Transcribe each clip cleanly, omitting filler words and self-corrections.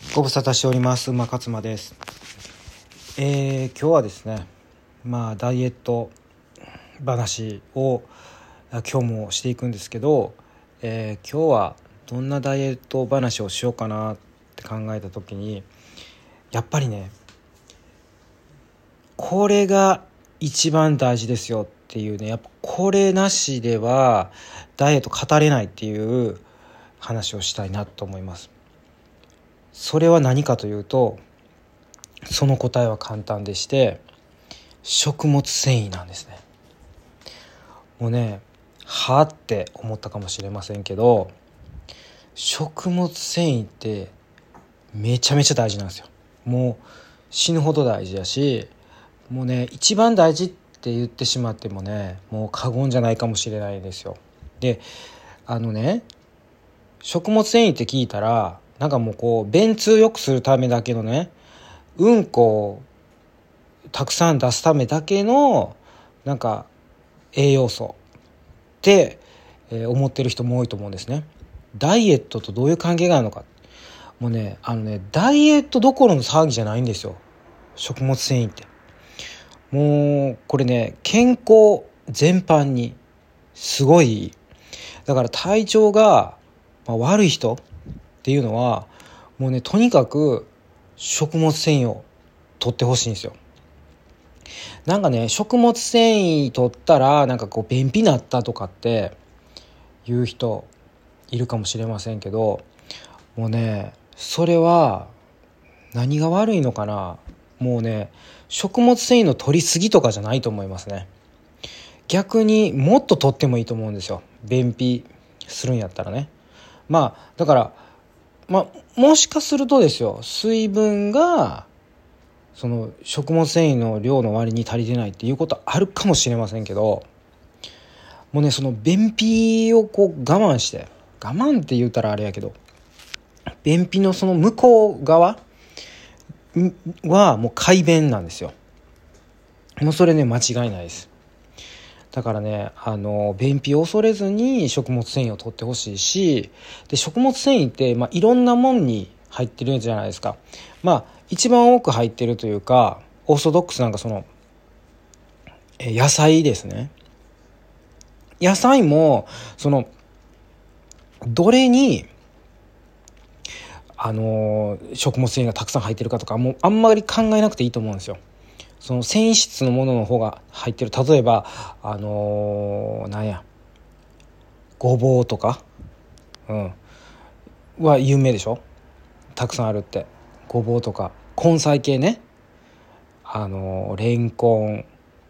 ご無沙汰しております馬勝間です。今日はですねダイエット話を今日もしていくんですけど、今日はどんなダイエット話をしようかなって考えた時に、やっぱりねこれが一番大事ですよっていうね、やっぱこれなしではダイエット語れないっていう話をしたいなと思います。それは何かというと、その答えは簡単でして、食物繊維なんですね。もうね、はーって思ったかもしれませんけど、食物繊維ってめちゃめちゃ大事なんですよ。もう死ぬほど大事だし、もうね一番大事って言ってしまってもね、もう過言じゃないかもしれないんですよ。で、食物繊維って聞いたら、なんかもうこう便通良くするためだけのね、うんこをたくさん出すためだけのなんか栄養素って、思ってる人も多いと思うんですね。ダイエットとどういう関係があるのか。もうね、ダイエットどころの騒ぎじゃないんですよ、食物繊維って。もうこれね、健康全般にすごいいい。だから体調が、悪い人っていうのはもうね、とにかく食物繊維を取ってほしいんですよ。なんかね、食物繊維取ったらなんかこう便秘なったとかって言う人いるかもしれませんけど、もうねそれは何が悪いのかな。もうね、食物繊維の取りすぎとかじゃないと思いますね。逆にもっと取ってもいいと思うんですよ、便秘するんやったらね。だから、もしかするとですよ、水分がその食物繊維の量の割に足りてないっていうことはあるかもしれませんけど、もうね、その便秘をこう我慢して、我慢って言ったらあれやけど、便秘のその向こう側はもう快便なんですよ。もうそれね、間違いないです。だからね、便秘を恐れずに食物繊維を取ってほしいし、で食物繊維って、いろんなもんに入ってるじゃないですか。一番多く入ってるというか、オーソドックスなんかその野菜ですね。野菜もそのどれに食物繊維がたくさん入ってるかとか、もうあんまり考えなくていいと思うんですよ。その繊維質のものの方が入ってる。例えばごぼうとか、は有名でしょ、たくさんあるって。ごぼうとか根菜系ね、レンコン、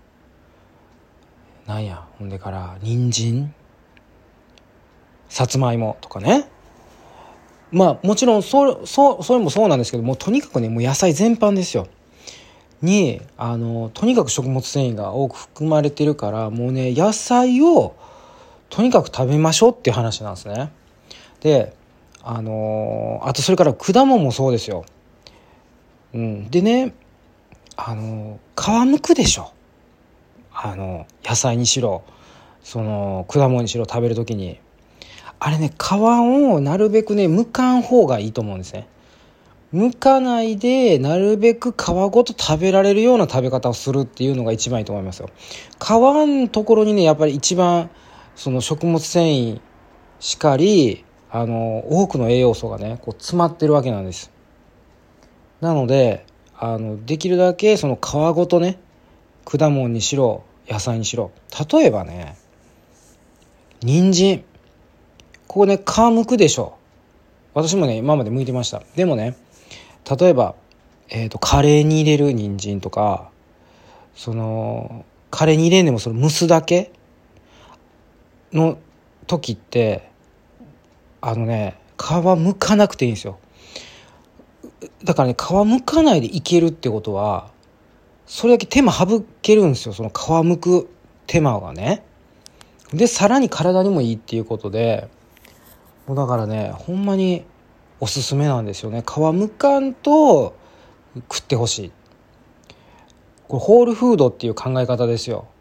ほんでから人参、さつまいもとかね。もちろんそれもそうなんですけども、とにかくね、もう野菜全般ですよにとにかく食物繊維が多く含まれてるから、もうね、野菜をとにかく食べましょうっていう話なんですね。で、あとそれから果物もそうですよ。でね、皮むくでしょ、野菜にしろその果物にしろ食べるときに。あれね、皮をなるべくね剥かん方がいいと思うんですね。剥かないでなるべく皮ごと食べられるような食べ方をするっていうのが一番いいと思いますよ。皮のところにね、やっぱり一番その食物繊維しかり多くの栄養素がねこう詰まってるわけなんです。なのでできるだけその皮ごとね、果物にしろ野菜にしろ。例えばね、人参、ここね皮剥くでしょ。私もね今まで剥いてました。でもね、例えば、カレーに入れる人参とか、そのカレーに入れんでもその蒸すだけの時って皮剥かなくていいんですよ。だからね、皮剥かないでいけるってことはそれだけ手間省けるんですよ、その皮剥く手間がね。でさらに体にもいいっていうことで、もうだからね、ほんまにおすすめなんですよね。皮剥かんと食ってほしい。これホールフードっていう考え方ですよ。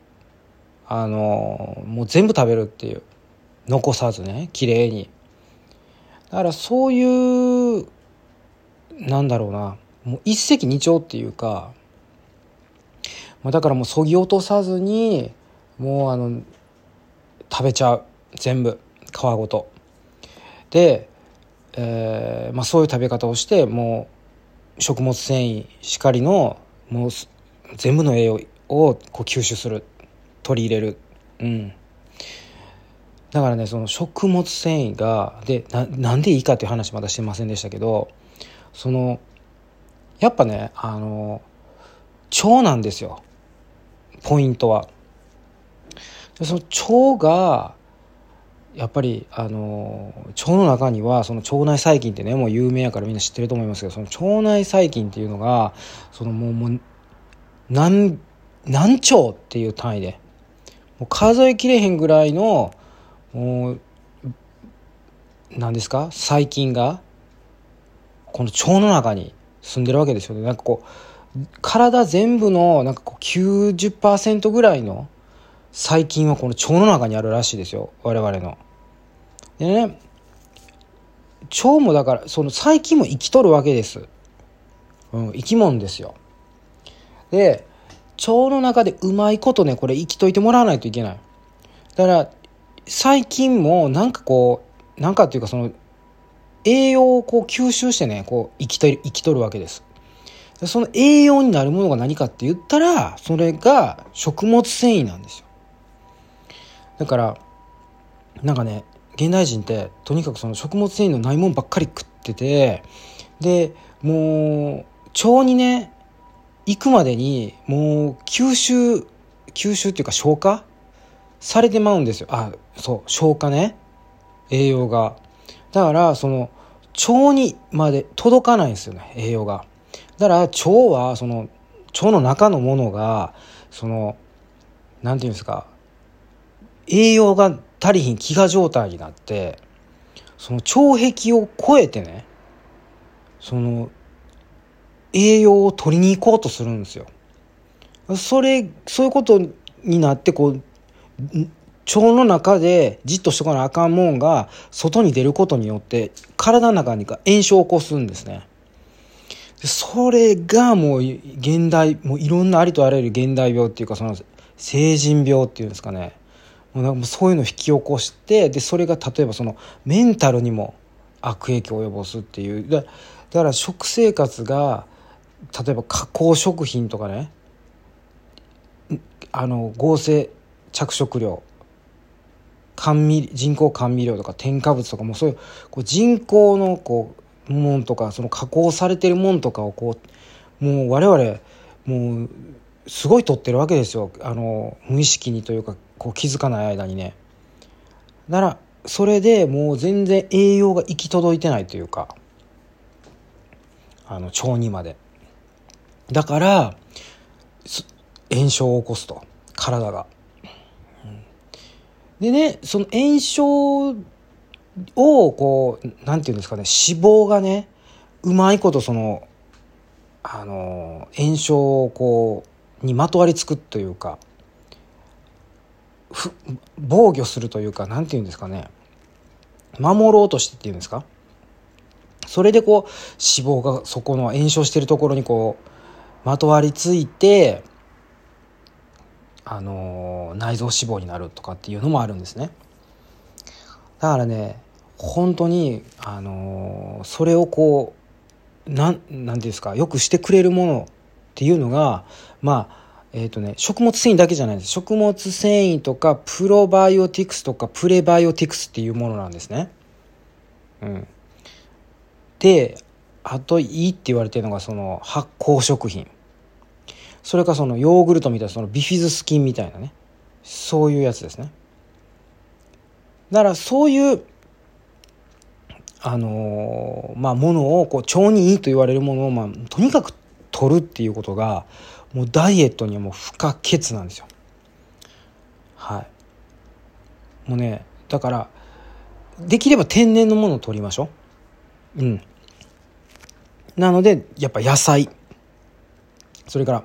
もう全部食べるっていう、残さずね、綺麗に。だからそういうなんだろうな、もう一石二鳥っていうか、だからもうそぎ落とさずにもう食べちゃう、全部皮ごとで、そういう食べ方をして、もう食物繊維しかりのもう全部の栄養をこう吸収する、取り入れる。だからね、その食物繊維がでなんでいいかっていう話まだしてませんでしたけど、そのやっぱね、腸なんですよ、ポイントは。その腸がやっぱり腸の中にはその腸内細菌ってね、もう有名やからみんな知ってると思いますけど、その腸内細菌っていうのがそのもう何兆っていう単位で、もう数えきれへんぐらいのもう何ですか、細菌がこの腸の中に住んでるわけですよね。なんかこう体全部のなんかこう 90% ぐらいの細菌はこの腸の中にあるらしいですよ、我々の。でね、腸もだからその細菌も生きとるわけです、生き物ですよ。で、腸の中でうまいことね、これ生きといてもらわないといけない。だから細菌もなんかこうなんかっていうか、その栄養をこう吸収してね、こう生きとるわけです。その栄養になるものが何かって言ったら、それが食物繊維なんですよ。だからなんかね、現代人ってとにかくその食物繊維のないもんばっかり食ってて、でもう腸にね行くまでにもう吸収っていうか消化されてまうんですよ。そう消化ね、栄養が。だからその腸にまで届かないんですよね、栄養が。だから腸はその腸の中のものがそのなんていうんですか、栄養が足りひん飢餓状態になって、その腸壁を越えてね、その栄養を取りに行こうとするんですよ。そういうことになって、こう腸の中でじっとしとかなあかんもんが外に出ることによって体の中に炎症を起こすんですね。でそれがもうもういろんなありとあらゆる現代病っていうか、その成人病っていうんですかね、もうそういうのを引き起こして、でそれが例えばそのメンタルにも悪影響を及ぼすっていう。だから食生活が例えば加工食品とかね、合成着色料、人工甘味料とか添加物とかも、そういう人工のものとか、その加工されてるものとかをもう我々もうすごい取ってるわけですよ、無意識にというか気づかない間にね。だからそれでもう全然栄養が行き届いてないというか、腸にまで。だから炎症を起こすと、体が。でね、その炎症をなんていうんですかね、脂肪がねうまいことその炎症をにまとわりつくというか、防御するというか、なんていうんですかね、守ろうとしてっていうんですか、それで脂肪がそこの炎症しているところにまとわりついて内臓脂肪になるとかっていうのもあるんですね。だからね、本当にそれをなんていうんですか、よくしてくれるものっていうのが食物繊維だけじゃないです。食物繊維とかプロバイオティクスとかプレバイオティクスっていうものなんですね。で、あといいって言われてるのがその発酵食品、それからそのヨーグルトみたいなそのビフィズス菌みたいなね、そういうやつですね。だからそういうものを腸にいいと言われるものをとにかく取るっていうことがもうダイエットにはもう不可欠なんですよ。もうね、だからできれば天然のものを取りましょう。なのでやっぱ野菜、それから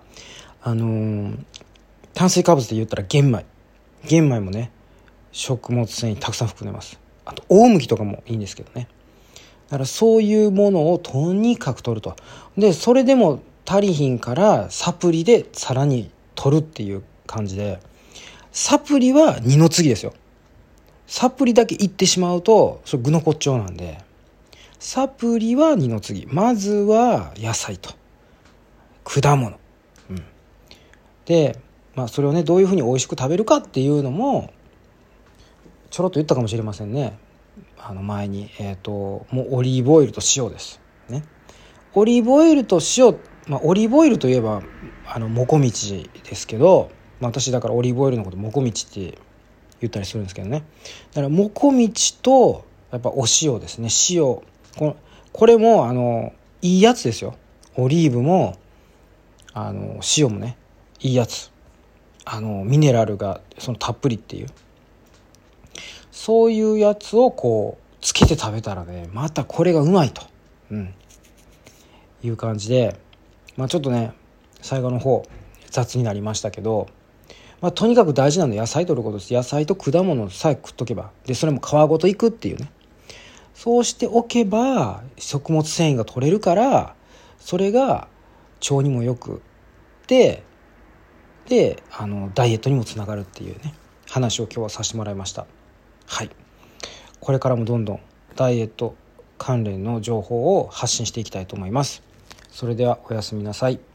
炭水化物で言ったら玄米もね食物繊維たくさん含んでます。あと大麦とかもいいんですけどね。 だからそういうものをとにかく取ると。でそれでも足りひんからサプリでさらに取るっていう感じで、サプリは二の次ですよ。サプリだけいってしまうとそれ具の骨頂なんで、サプリは二の次。まずは野菜と果物、で、それをねどういうふうに美味しく食べるかっていうのもちょろっと言ったかもしれませんね。前にもうオリーブオイルと塩ですね。オリーブオイルと塩、オリーブオイルといえばもこみちですけど、私だからオリーブオイルのこともこみちって言ったりするんですけどね。だからもこみちとやっぱお塩ですね。塩、これもいいやつですよ。オリーブも塩もねいいやつ、ミネラルがたっぷりっていう、そういうやつをこうつけて食べたらね、またこれがうまいと、いう感じで、ちょっとね最後の方雑になりましたけど、とにかく大事なのは野菜取ることです。野菜と果物さえ食っとけば、でそれも皮ごといくっていうね、そうしておけば食物繊維が取れるから、それが腸にもよくでダイエットにもつながるっていうね話を今日はさせてもらいました。はい、これからもどんどんダイエット関連の情報を発信していきたいと思います。それではおやすみなさい。